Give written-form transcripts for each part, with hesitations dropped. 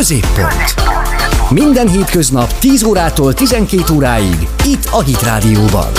Középpont. Minden hétköznap 10 órától 12 óráig itt a Hit Rádióban.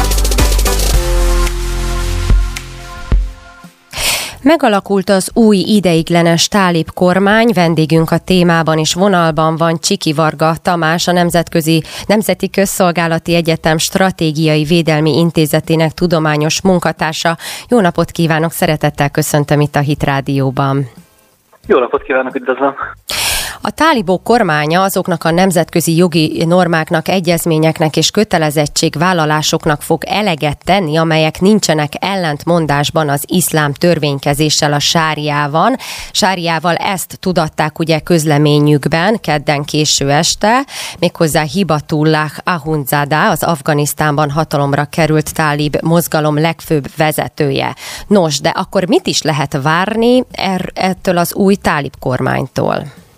Megalakult az új ideiglenes Tálib kormány, vendégünk a témában és vonalban van Csiki Varga Tamás, a Nemzeti Közszolgálati Egyetem Stratégiai Védelmi Intézetének tudományos munkatársa. Jó napot kívánok, szeretettel köszöntöm itt a Hit Rádióban. Jó napot kívánok, üdvözlöm! A tálibok kormánya azoknak a nemzetközi jogi normáknak, egyezményeknek és kötelezettségvállalásoknak fog eleget tenni, amelyek nincsenek ellentmondásban az iszlám törvénykezéssel, a sáriával. Ezt tudatták ugye közleményükben kedden késő este, méghozzá Hibatullah Ahundzada, az Afganisztánban hatalomra került tálib mozgalom legfőbb vezetője. Nos, de akkor mit is lehet várni ettől az új tálib kormánytól?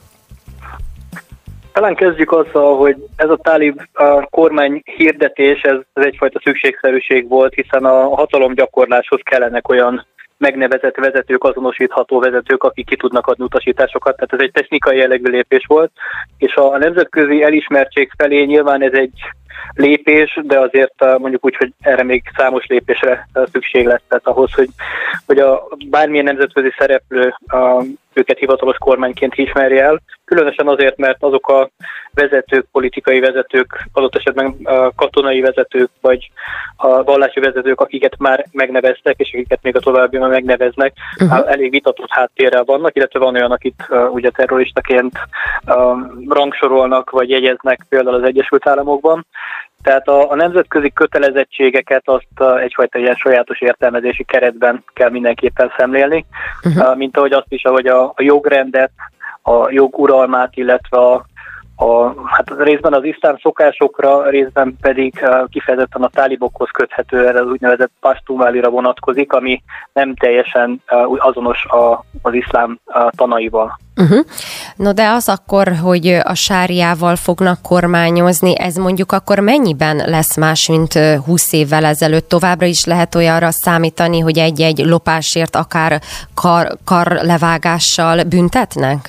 Talán kezdjük azzal, hogy ez a tálib kormány hirdetés, ez egyfajta szükségszerűség volt, hiszen a hatalomgyakorláshoz kellenek olyan megnevezett vezetők, azonosítható vezetők, akik ki tudnak adni utasításokat. Tehát ez egy technikai jellegű lépés volt, és a nemzetközi elismertség felé nyilván ez egy lépés, de azért mondjuk úgy, hogy erre még számos lépésre szükség lesz. Tehát ahhoz, hogy a bármilyen nemzetközi szereplő őket hivatalos kormányként ismerje el, különösen azért, mert azok a vezetők, politikai vezetők, adott esetben katonai vezetők, vagy a vallási vezetők, akiket már megneveztek, és akiket még a továbbiakban megneveznek, elég vitatott háttérrel vannak, illetve van olyan, akit ugye terroristaként rangsorolnak, vagy jegyeznek például az Egyesült Államokban. Tehát a nemzetközi kötelezettségeket azt egyfajta ilyen sajátos értelmezési keretben kell mindenképpen szemlélni, mint ahogy azt is, ahogy a jogrendet, a jog uralmát, illetve hát részben az iszlám szokásokra, részben pedig kifejezetten a tálibokhoz köthető, erre az úgynevezett pastunválira vonatkozik, ami nem teljesen azonos az iszlám tanaival. No de az akkor, hogy a sáriával fognak kormányozni, ez mondjuk akkor mennyiben lesz más, mint 20 évvel ezelőtt? Továbbra is lehet olyanra számítani, hogy egy-egy lopásért akár karlevágással büntetnek?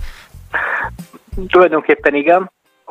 Tulajdonképpen igen.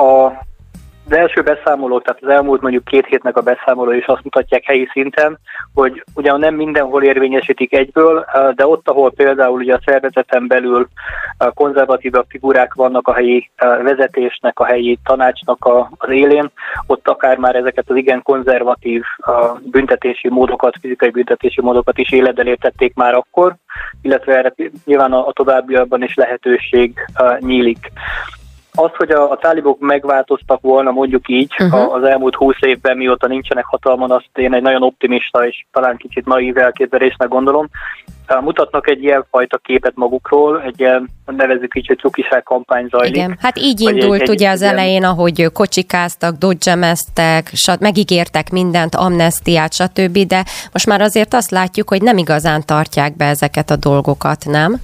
Az első beszámolók, tehát az elmúlt mondjuk 2 hétnek a beszámolói is azt mutatják helyi szinten, hogy ugyan nem mindenhol érvényesítik egyből, de ott, ahol például ugye a szervezeten belül konzervatívabb figurák vannak a helyi vezetésnek, a helyi tanácsnak az élén, ott akár már ezeket az igen konzervatív büntetési módokat, fizikai büntetési módokat is életbe léptették már akkor, illetve erre nyilván a továbbiakban is lehetőség nyílik. Az, hogy a tálibok megváltoztak volna, mondjuk így, az elmúlt 20 évben, mióta nincsenek hatalmon, azt én egy nagyon optimista és talán kicsit naív elképzelésnek gondolom. Mutatnak egy ilyen fajta képet magukról, egy ilyen, nevezzük így, hogy cukiság kampány zajlik. Igen, hát így indult ugye az elején, ahogy kocsikáztak, dodgemeztek, megígértek mindent, amnesztiát, stb., de most már azért azt látjuk, hogy nem igazán tartják be ezeket a dolgokat, nem?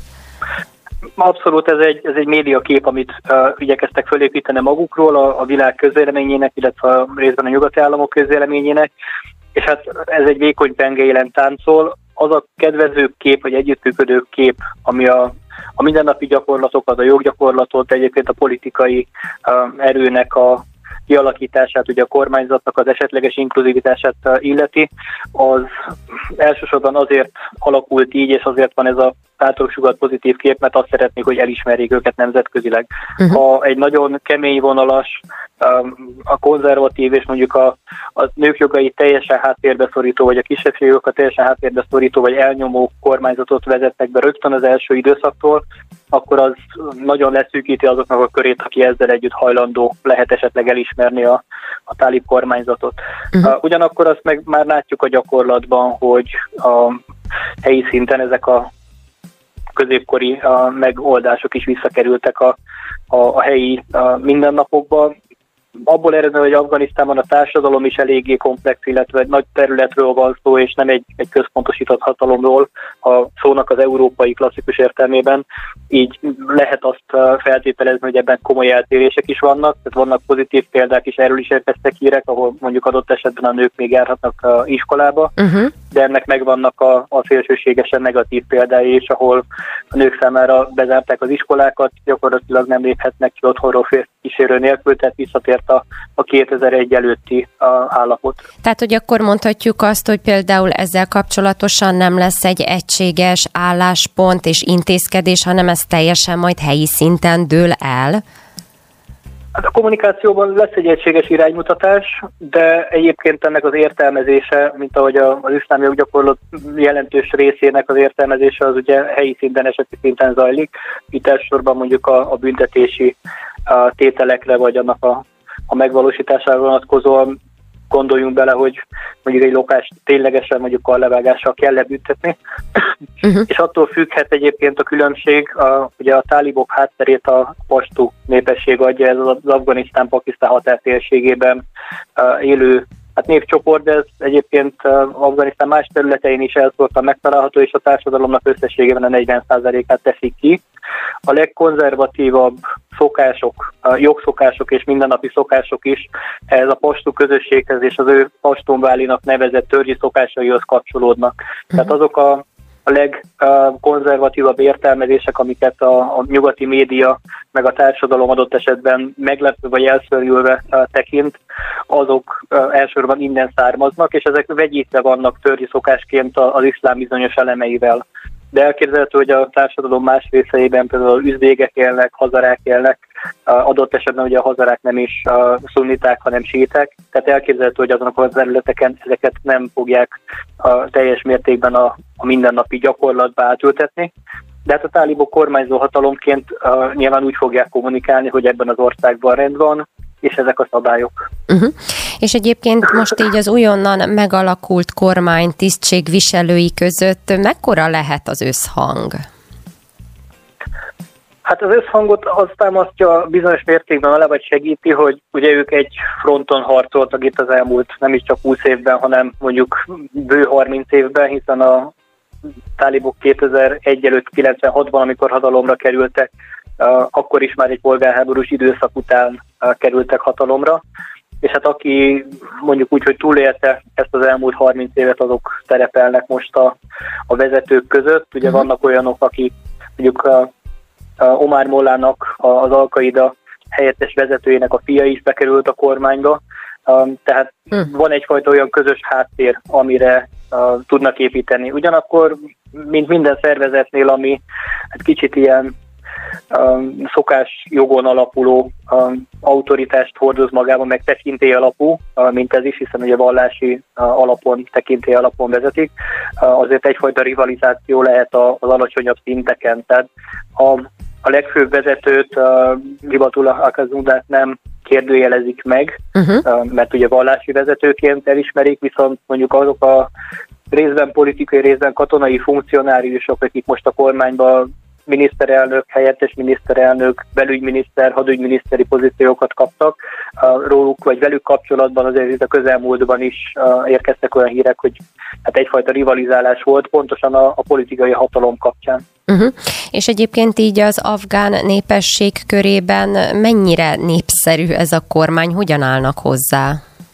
Abszolút, ez egy médiakép, amit igyekeztek fölépíteni magukról, a világ közvéleményének, illetve részben a nyugati államok közvéleményének, és hát ez egy vékony pengélen táncol. Az a kedvező kép, vagy együttműködő kép, ami a mindennapi gyakorlatokat, a joggyakorlatot, egyébként a politikai erőnek a kialakítását, ugye a kormányzatnak az esetleges inkluzivitását illeti, az elsősorban azért alakult így, és azért van ez a általuk sugalt pozitív kép, mert azt szeretnék, hogy elismerjék őket nemzetközileg. Ha egy nagyon kemény vonalas, a konzervatív és mondjuk a nők jogai teljesen háttérbe szorító, vagy a kisebbségi jogokat teljesen háttérbe szorító, vagy elnyomó kormányzatot vezetnek be rögtön az első időszaktól, akkor az nagyon leszűkíti azoknak a körét, aki ezzel együtt hajlandó lehet esetleg elismerni a tálib kormányzatot. Ugyanakkor azt meg már látjuk a gyakorlatban, hogy a helyi szinten ezek a középkori megoldások is visszakerültek a helyi mindennapokba. abból eredne, hogy Afganisztánban a társadalom is eléggé komplex, illetve egy nagy területről van szó, és nem egy központosított hatalomról, a szónak az európai klasszikus értelmében. Így lehet azt feltételezni, hogy ebben komoly eltérések is vannak, tehát vannak pozitív példák is, erről is érkeztek hírek, ahol mondjuk adott esetben a nők még járhatnak iskolába, de ennek megvannak a szélsőségesen negatív példái is, ahol a nők számára bezárták az iskolákat, gyakorlatilag nem léphetnek ki otthonról kísérő nélkül, tehát visszatért a 2001 előtti állapot. Tehát, hogy akkor mondhatjuk azt, hogy például ezzel kapcsolatosan nem lesz egy egységes álláspont és intézkedés, hanem ez teljesen majd helyi szinten dől el? Hát a kommunikációban lesz egy egységes iránymutatás, de egyébként ennek az értelmezése, mint ahogy az iszlám joggyakorlat jelentős részének az értelmezése, az ugye helyi szinten, eseti szinten zajlik. Itt elsősorban mondjuk a büntetési tételekre, vagy annak a megvalósítására vonatkozóan gondoljunk bele, hogy mondjuk egy lakást ténylegesen mondjuk karlevágással kell büntetni, és attól függhet egyébként a különbség, ugye a tálibok hátterét a pastú népesség adja, ez az Afganisztán-Pakisztán határtérségében élő névcsoport, de ez egyébként Afganisztán más területein is elszórtan megtalálható, és a társadalomnak összességében a 40%-át teszik ki. A legkonzervatívabb szokások, jogszokások és mindennapi szokások is ez a pastú közösséghez és az ő pastunválinak nevezett törzsi szokásaihoz kapcsolódnak. Tehát azok a legkonzervatívabb értelmezések, amiket a nyugati média meg a társadalom adott esetben meglepve vagy elszörnyülve tekint, azok elsősorban innen származnak, és ezek vegyítve vannak törzsi szokásként az iszlám bizonyos elemeivel. De elképzelhető, hogy a társadalom más részeiben például üzbégek élnek, hazarák élnek, adott esetben ugye a hazarák nem is szunniták, hanem síitek, tehát elképzelhető, hogy azonok a területeken ezeket nem fogják teljes mértékben a mindennapi gyakorlatba átültetni. De hát a tálibok kormányzó hatalomként nyilván úgy fogják kommunikálni, hogy ebben az országban rend van, és ezek a szabályok. És egyébként most így az újonnan megalakult kormány tisztségviselői között mekkora lehet az összhang? Hát az összhangot azt támasztja bizonyos mértékben alá, vagy segíti, hogy ugye ők egy fronton harcoltak itt az elmúlt nem is csak 20 évben, hanem mondjuk bő 30 évben, hiszen a tálibok 2001 előtt 96-ban, amikor hatalomra kerültek, akkor is már egy polgárháborús időszak után kerültek hatalomra, és hát aki mondjuk úgy, hogy túlélte ezt az elmúlt 30 évet, azok szerepelnek most a vezetők között. Ugye vannak olyanok, akik mondjuk Omar Mollának, az Al-Qaida helyettes vezetőjének a fia is bekerült a kormányba, tehát van egyfajta olyan közös háttér, amire tudnak építeni. Ugyanakkor, mint minden szervezetnél, ami egy kicsit ilyen szokás jogon alapuló autoritást hordoz magában, meg tekintély alapú, mint ez is, hiszen ugye vallási alapon, tekintély alapon vezetik, azért egyfajta rivalizáció lehet az alacsonyabb szinteken. Tehát a legfőbb vezetőt, Hibatullah Akhundzadát nem kérdőjelezik meg, mert ugye vallási vezetőként elismerik, viszont mondjuk azok a részben politikai, részben katonai funkcionáriusok, akik most a kormányban miniszterelnök, helyettes miniszterelnök, belügyminiszter, hadügyminiszteri pozíciókat kaptak. Róluk vagy velük kapcsolatban azért itt a közelmúltban is érkeztek olyan hírek, hogy hát egyfajta rivalizálás volt, pontosan a politikai hatalom kapcsán. És egyébként így az afgán népesség körében mennyire népszerű ez a kormány, hogyan állnak hozzá?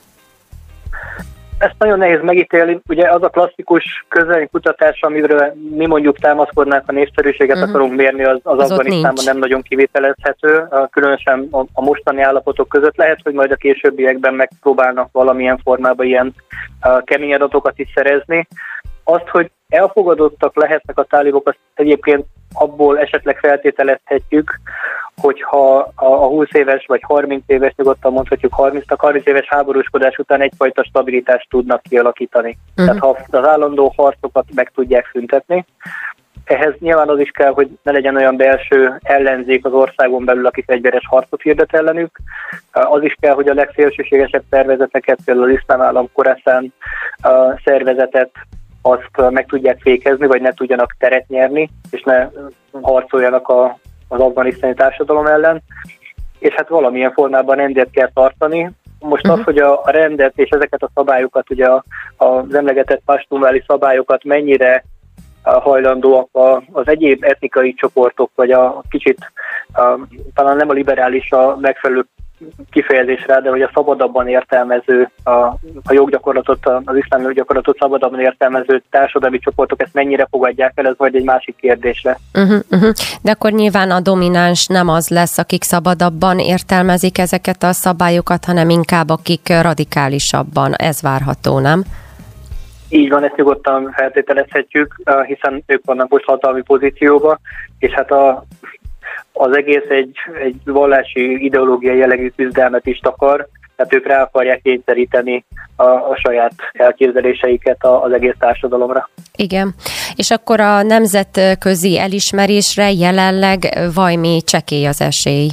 Ezt nagyon nehéz megítélni. Ugye az a klasszikus kutatás, amiről mi mondjuk támaszkodnánk, a népszerűséget akarunk mérni, az Afganisztánban nem nagyon kivitelezhető, különösen a mostani állapotok között. Lehet, hogy majd a későbbiekben megpróbálnak valamilyen formában ilyen kemény adatokat is szerezni. Azt, hogy elfogadottak lehetnek a tálibok, azt egyébként abból esetleg feltételezhetjük, hogyha a 20 éves vagy 30 éves, nyugodtan mondhatjuk 30 éves háborúskodás után egyfajta stabilitást tudnak kialakítani. Tehát ha az állandó harcokat meg tudják szüntetni, ehhez nyilván az is kell, hogy ne legyen olyan belső ellenzék az országon belül, aki fegyveres harcot hirdet ellenük. Az is kell, hogy a legszélsőségesebb szervezeteket, például az Iszlám Állam Khorasan szervezetet, azt meg tudják fékezni, vagy ne tudjanak teret nyerni, és ne harcoljanak az afganisztáni társadalom ellen. és hát valamilyen formában rendet kell tartani. Most az, hogy a rendet és ezeket a szabályokat, ugye az emlegetett pastunváli szabályokat mennyire hajlandóak az egyéb etnikai csoportok, vagy a kicsit talán nem a liberális a megfelelő kifejezésre, de hogy a szabadabban értelmező, a joggyakorlatot, az iszlám joggyakorlatot szabadabban értelmező társadalmi csoportok ezt mennyire fogadják el, ez vagy egy másik kérdésre. De akkor nyilván a domináns nem az lesz, akik szabadabban értelmezik ezeket a szabályokat, hanem inkább akik radikálisabban. Ez várható, nem? Így van, ezt nyugodtan feltételezhetjük, hiszen ők vannak most hatalmi pozícióban, és hát az egész egy vallási ideológiai jellegű küzdelmet is takar, tehát ők rá akarják kényszeríteni a saját elképzeléseiket az egész társadalomra. Igen, és akkor a nemzetközi elismerésre jelenleg valami csekély az esély.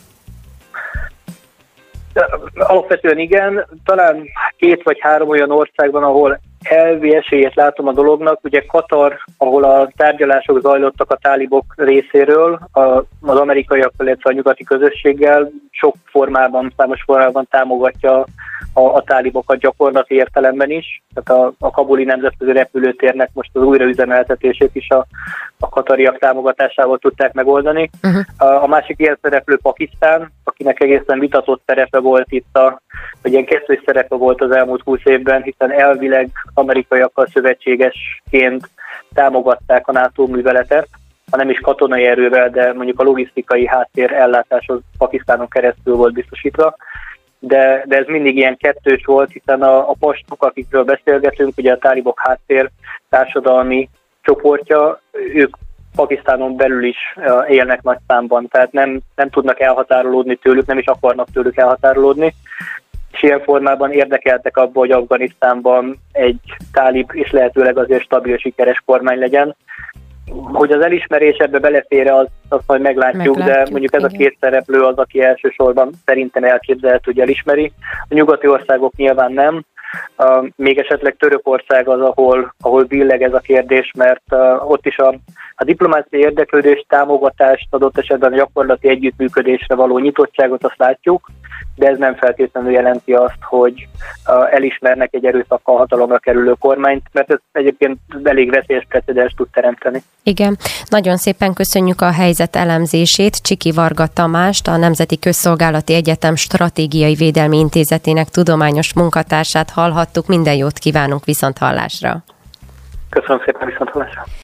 Alapvetően igen, talán 2 vagy 3 olyan országban, ahol elvi esélyét látom a dolognak. Ugye Katar, ahol a tárgyalások zajlottak a tálibok részéről, az amerikaiakkal, illetve a nyugati közösséggel sok formában, számos formában támogatja a tálibokat gyakorlati értelemben is. Tehát a kabuli nemzetközi repülőtérnek most az újraüzemeltetését is a katariak támogatásával tudták megoldani. A másik ilyen szereplő Pakisztán, akinek egészen vitatott szerepe volt itt, vagy ilyen kettős szerepe volt az elmúlt 20 évben, hiszen elvileg amerikaiakkal szövetségesként támogatták a NATO műveletet, ha nem is katonai erővel, de mondjuk a logisztikai háttér ellátáshoz Pakisztánon keresztül volt biztosítva. De ez mindig ilyen kettős volt, hiszen a pastuk, akikről beszélgetünk, ugye a tálibok háttér társadalmi csoportja, ők Pakisztánon belül is élnek nagy számban, tehát nem tudnak elhatárolódni tőlük, nem is akarnak tőlük elhatárolódni, és ilyen formában érdekeltek abban, hogy Afganisztánban egy tálib és lehetőleg azért stabil, sikeres kormány legyen. Hogy az elismerés ebbe belefér, azt majd meglátjuk, de mondjuk ez a 2 szereplő az, aki elsősorban szerintem elképzelhető, hogy elismeri. A nyugati országok nyilván nem. Még esetleg Törökország az, ahol billeg ez a kérdés, mert ott is a diplomáciai érdeklődés, támogatást, adott esetben a gyakorlati együttműködésre való nyitottságot, azt látjuk, de ez nem feltétlenül jelenti azt, hogy elismernek egy erőszakkal hatalomra kerülő kormányt, mert ez egyébként elég veszélyes precedenst tud teremteni. Igen, nagyon szépen köszönjük a helyzet elemzését. Csiki Varga Tamást, a Nemzeti Közszolgálati Egyetem Stratégiai Védelmi Intézetének tudományos munkatársát hallhattuk. Minden jót kívánunk, viszonthallásra! Köszönöm szépen, viszonthallásra!